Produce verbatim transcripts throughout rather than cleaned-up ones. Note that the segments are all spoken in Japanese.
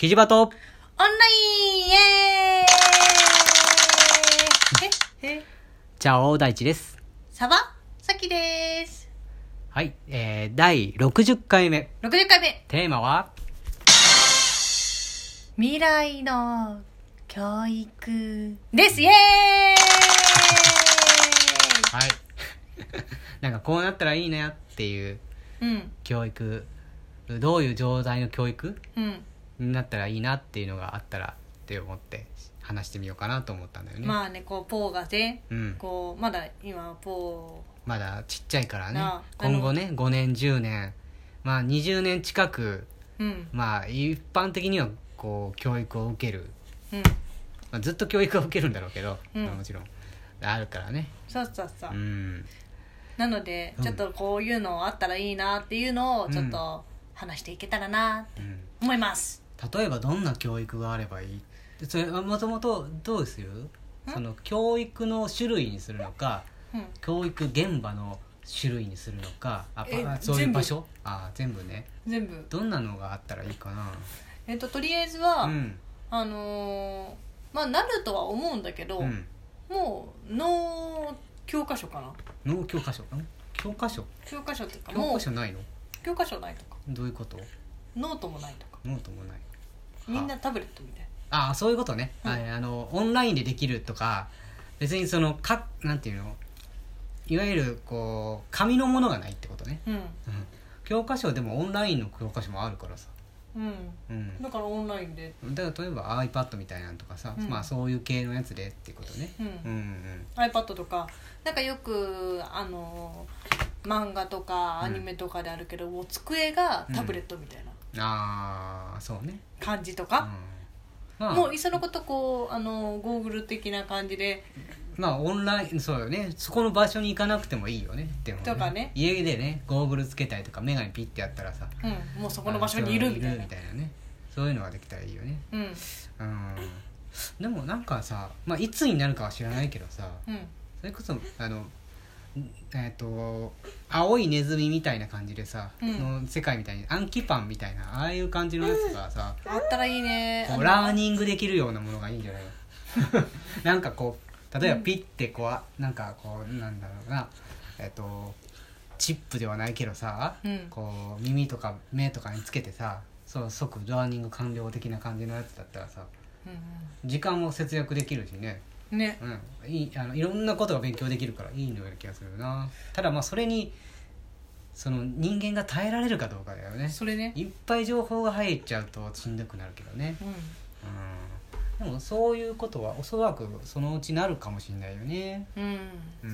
キジバトオンラインイエーイええチャオ大地です。 サバサキです。 はい、えー、だいろくじゅっかいめ、 ろくじゅっかいめ、 テーマは未来の教育です。イエーイはいなんかこうなったらいいなっていううん教育、どういう状態の教育うんになったらいいなっていうのがあったらって思って話してみようかなと思ったんだよね。 まあね、こうポーがね、 うん、 こうまだ今ポまだちっちゃいからね、 なあ今後ねごねんじゅうねん、まあにじゅうねん近く、 ーうんまあ一般的にはこう教育を受ける、 うんまあ、ずっと教育を受けるんだろうけど、 うんまあ、もちろんあるからね。 そうそうそう、 うんなのでうんちょっとこういうのあったらいいなっていうのをちょっと話していけたらなって思います。 例えばどんな教育があればいい？でそれもともとどうする？その教育の種類にするのか、 うん教育現場の種類にするのか、あえパそういう場所全部あ全部ね。 全部どんなのがあったらいいかな。 えっととりあえずは、 うんあのーまあなるとは思うんだけど、 うんもう脳教科書かな。 脳教科書かな。教科書教科書っていうか教もう科書ないの？ 教科書ないとかどういうこと？ ノートもないとかノートもない。 みんなタブレットみたいああそういうことね、 うんはい、あのオンラインでできるとか、別にそのかなんていうの、いわゆるこう紙のものがないってことね、 な。うんうん、教科書でもオンラインの教科書もあるからさ、 うんうん、 だからオンラインでだから例えば iPad みたいなのとかさ、 うんまあそういう系のやつでっていうことね、 うん、 うんうん iPad とかなんかよくあの漫画とかうんアニメとかであるけど、もう机がタブレットみたいなああそうね、 感じとか、 うんまあ、 もういっそのことこうあのゴーグル的な感じでまあオンラインそうよね、そこの場所に行かなくてもいいよね。でもねとかね家でねゴーグルつけたりとか眼鏡ピッてやったらさ、 うん、もうそこの場所にいるみたいないるみたいなね、そういうのができたらいいよね。 うんうんでもなんかさ、まあ、いつになるかは知らないけどさ、 うんそれこそあのえっ、と青いネズミみたいな感じでさ、 うんの世界みたいに暗記パンみたいなああいう感じのやつがさ、 あったらいいね。 こうラーニングできるようなものがいいんじゃないのなんかこう例えばピッてこうなんかこうなんだろうな、えっ、とチップではないけどさ、 うんこう耳とか目とかにつけてさ、そう即ラーニング完了的な感じのやつだったらさ、 うん時間も節約できるしね、 うん、ねうん、いいあのいろんなことが勉強できるからいいのような気がするな。ただまあそれにその人間が耐えられるかどうかだよね。 それね、 いっぱい情報が入っちゃうとしんどくなるけどね、 うんうん、でもそういうことはおそらくそのうちなるかもしれないよね。 うんうん、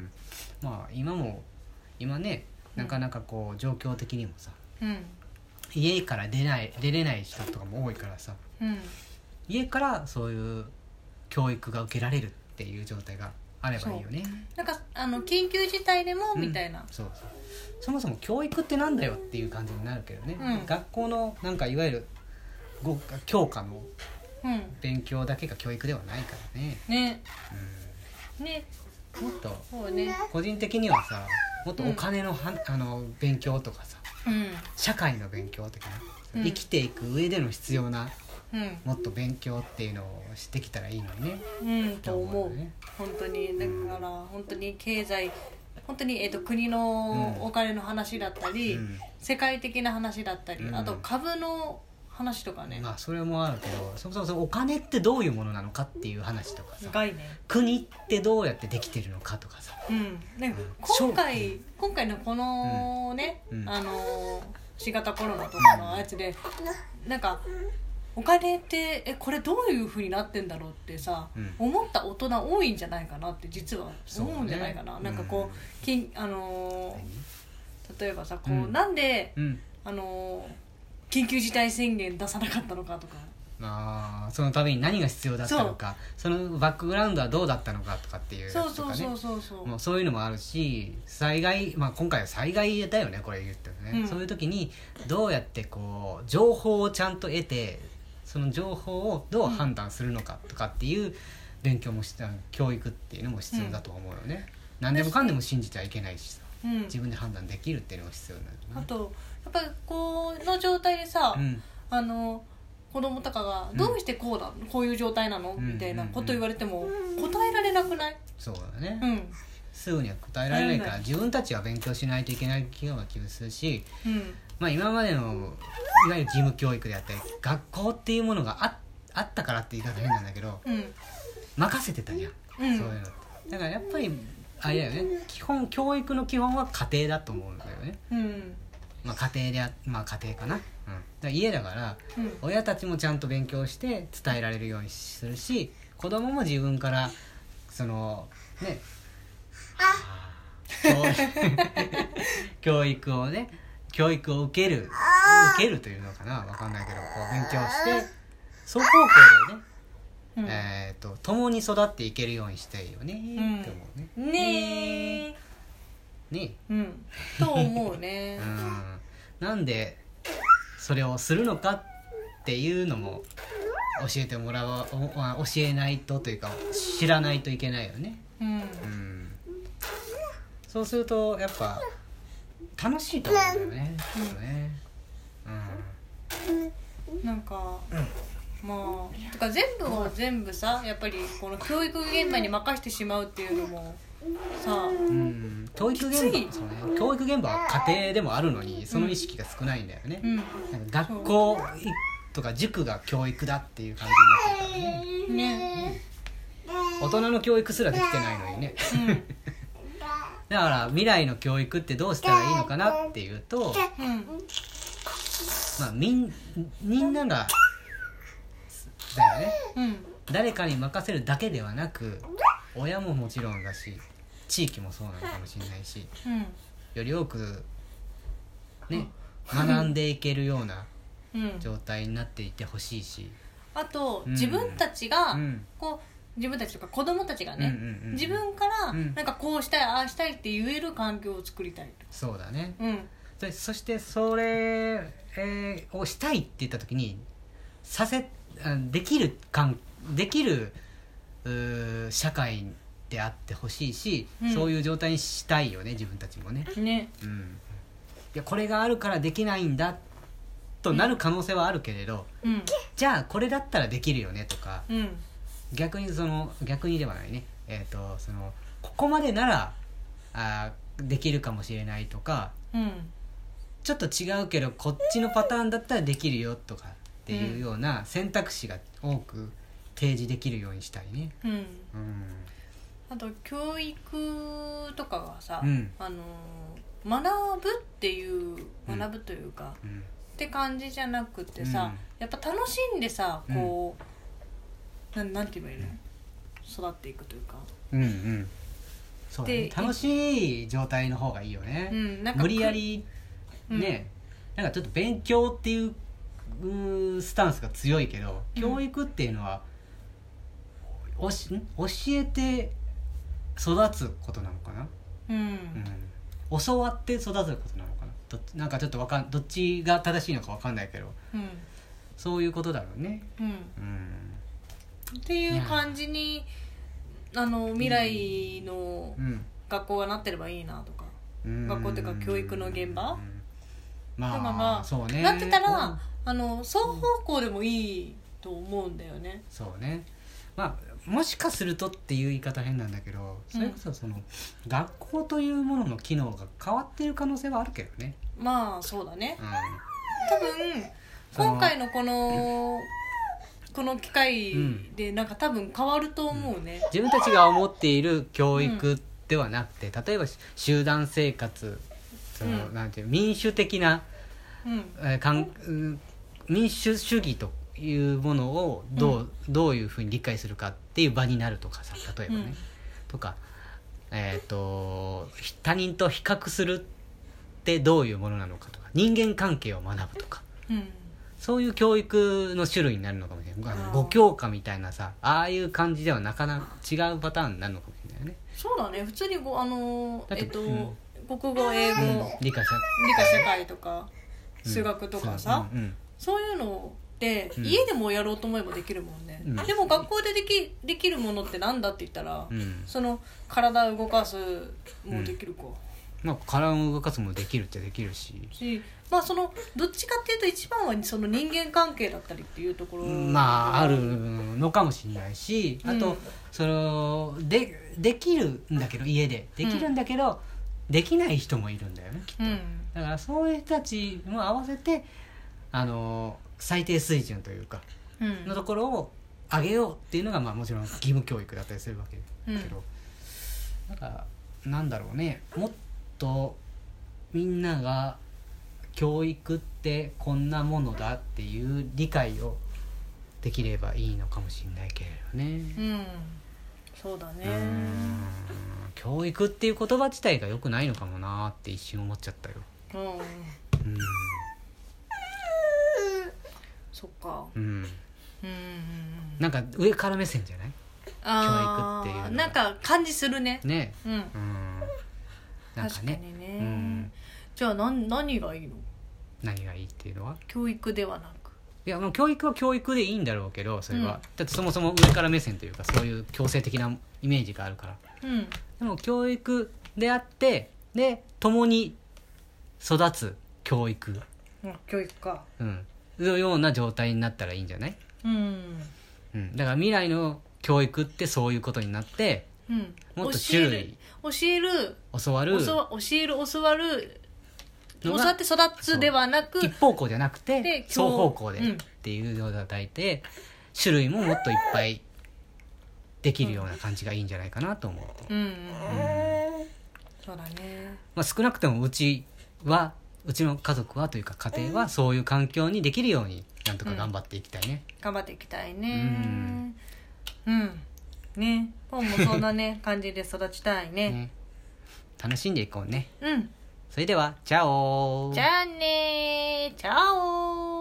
まあ今も今ねなかなかこう状況的にもさ、 うん家から出ない出れない人とかも多いからさ、 うん家からそういう教育が受けられるっていう状態があればいいよね。 なんかあの緊急事態でもうんみたいな、 そうそう、そもそも教育ってなんだよっていう感じになるけどね、 うん学校のなんかいわゆるご教科のうん勉強だけが教育ではないからね、 ねうねん、もっとそうね個人的にはさ、もっとお金のは、あの勉強とかさ、 うん社会の勉強とかね、 うん生きていく上での必要なうんもっと勉強っていうのをしてきたらいいのにね、 うんと思うよね。 本当にだから本当に経済本当に、えー、と国のお金の話だったり、 うん世界的な話だったり、 うんあと株の話とかね、 まあそれもあるけど、そもそもそのお金ってどういうものなのかっていう話とかさ、 概念、 国ってどうやってできてるのかとかさ、 うん、なんかうん今回今回のこのね、 うんあの新型コロナとかのやつでなんかお金ってえこれどういう風になってんだろうってさ、 うん思った大人多いんじゃないかなって実は思うんじゃないかな、 そうねなんかこう、きんあのー例えばさこう、 うんなんで、 うん、 あのー緊急事態宣言出さなかったのかとか、 あそのために何が必要だったのか、そのバックグラウンドはどうだったのかとかっていうやつそうとかね、 そうそうそうそうもうそういうのもあるし、災害、まあ、今回は災害だよねこれ言ってるね、 うんそういう時にどうやってこう情報をちゃんと得て、その情報をどう判断するのかとかっていう勉強もした、教育っていうのも必要だと思うよね、うん、何でもかんでも信じちゃいけないしさ、 うん、 自分で判断できるっていうのが必要になるな。 あとやっぱりこの状態でさ、 うんあの子供とかがどうしてこうだ、うん、こういう状態なの、 うん、 みたいなこと言われても答えられなくない？ そうだね、 うん、 すぐには答えられないから自分たちは勉強しないといけないような気がするし、 うん、 まあ、今までのいわゆる義務教育であったり学校っていうものが あ, あったからって言い方変なんだけど、 うん、 任せてたじゃん、うん、そういうのだからやっぱりあれだよね、基本教育の基本は家庭だと思うんだよね、 うん、 まあ、家庭であまあ家庭かな、うん、だから家だから、 うん、 親たちもちゃんと勉強して伝えられるようにするし、子供も自分からそのね教育をね教育を受ける受けるというのかな、分かんないけどこう勉強して双方向でね、うん、えー、と共に育っていけるようにしたいよね、うん、って思うね。 ねえねえ、うん、と思うね、 うん、なんでそれをするのかっていうのも教えてもらわ教えないとというか知らないといけないよね、うんうん、そうするとやっぱ楽しいと思うんだよね、うんね、 うん、なんか、うん、まあてか全部を全部さやっぱりこの教育現場に任せてしまうっていうのもさ、うん、 教育現場、そうね、教育現場は家庭でもあるのにその意識が少ないんだよね、うん、なんか学校とか塾が教育だっていう感じになってるからね、ね、うん、大人の教育すらできてないのにね、うん、だから未来の教育ってどうしたらいいのかなっていうと、うん、まあみんみんながだよね、うん、誰かに任せるだけではなく親ももちろんだし地域もそうなのかもしれないし、うん、より多くね学んでいけるような状態になっていってほしいし、 あと、うん、自分たちが、うん、こう自分たちとか子供たちがね、うんうんうんうん、自分からなんかこうしたい、ああしたいって言える環境を作りたい。 そうだね、うん、そ, そしてそれ、えー、をしたいって言った時にさせできるかんできる社会であってほしいし、うん、そういう状態にしたいよね自分たちもね。 ね、 うん、いやこれがあるからできないんだとなる可能性はあるけれど、うん、じゃあこれだったらできるよねとか、うん、逆にその逆にではないね、えーと、そのここまでならあできるかもしれないとか、うん、ちょっと違うけどこっちのパターンだったらできるよとかっていうような選択肢が多く提示できるようにしたいね、うんうん、 あと教育とかがさ、うん、あの学ぶっていう学ぶというか、うん、って感じじゃなくてさ、うん、やっぱ楽しんでさこう、うん、な, なんて言えばいいの、育っていくというか、うんうん、 そうね、楽しい状態の方がいいよね、うん、なんか無理やりね、うん、なんかちょっと勉強っていうスタンスが強いけど、うん、教育っていうのはおし教えて育つことなのかな、うんうん、教わって育つことなのかな、どなんかちょっとわかんどっちが正しいのかわかんないけど、うん、そういうことだろうね、うんうん、 っていう感じにあの未来の学校がなってればいいなとか、うん、学校っていうか教育の現場、うん、まあそうね、なってたら、うん、あの双方向でもいいと思うんだよね。 そうね、まあもしかするとっていう言い方変なんだけど、それこそその、うん、学校というものの機能が変わっている可能性はあるけどね。 まあそうだね、うん、多分今回のこのこの機会でなんか多分変わると思うね、うん、 自分たちが思っている教育ではなくて、例えば集団生活、その、うん、なんていう民主的な、うんえーかんうん、民主主義というものをどう、うん、どういうふうに理解するかっていう場になるとかさ、例えばね、うん、とか、えーと、他人と比較するってどういうものなのかとか、人間関係を学ぶとか、うん、そういう教育の種類になるのかもしれない。ご教科みたいなさ、ああいう感じではなかなか違うパターンになるのかもしれないよね。 そうだね、普通にごあのえっと、うん、国語英語、うん、理科社理科社会とか、うん、数学とかさ、うんうん、そういうので、うん、家でもやろうと思えばできるもんね、うん、でも学校ででき、できるものってなんだって言ったら、うん、その体を動かすもできるか、 うん、まあ、体を動かすもできるってできるし、しまあそのどっちかっていうと一番はその人間関係だったりっていうところまああるのかもしれないし、あと、うん、そのでできるんだけど家でできるんだけど、うん、できない人もいるんだよねきっと、うん、だからそういう人たちも合わせてあの最低水準というか、うん、のところを上げようっていうのが、まあ、もちろん義務教育だったりするわけだけど、うん、だからなんだろうね、もっとみんなが教育ってこんなものだっていう理解をできればいいのかもしれないけれどね。 うん、そうだね。うーん、教育っていう言葉自体が良くないのかもなって一瞬思っちゃったよ。うん、うん、 そっか。 うん、うん、なんか上から目線じゃない？ あ、教育っていうのなんか感じするね。 ね、 うん、うん、 なんかね、 確かにね、 うん、 じゃあ 何, 何がいいの？ 何がいいっていうのは教育ではなく、 いやもう教育は教育でいいんだろうけどそれは、うん、だってそもそも上から目線というかそういう強制的なイメージがあるから、うん、でも教育であってで共に育つ教育、 うん、教育か、 うん、のような状態になったらいいんじゃない？うん、うん、だから未来の教育ってそういうことになって、うん、もっと種類教える教わる教える教わる教わって育つではなく一方向じゃなくて双方向でっていうような大体、うん、種類ももっといっぱいできるような感じがいいんじゃないかなと思う、うんうんうん、 そうだね、 まあ、少なくともうちはうちの家族はというか家庭はそういう環境にできるようになんとか頑張っていきたいね、 うん、頑張っていきたいね、うん、うん、ね、ポンもそんなね感じで育ちたい ね, ね楽しんでいこうね。 うん、 それではチャオ。 じゃあね、チャオ。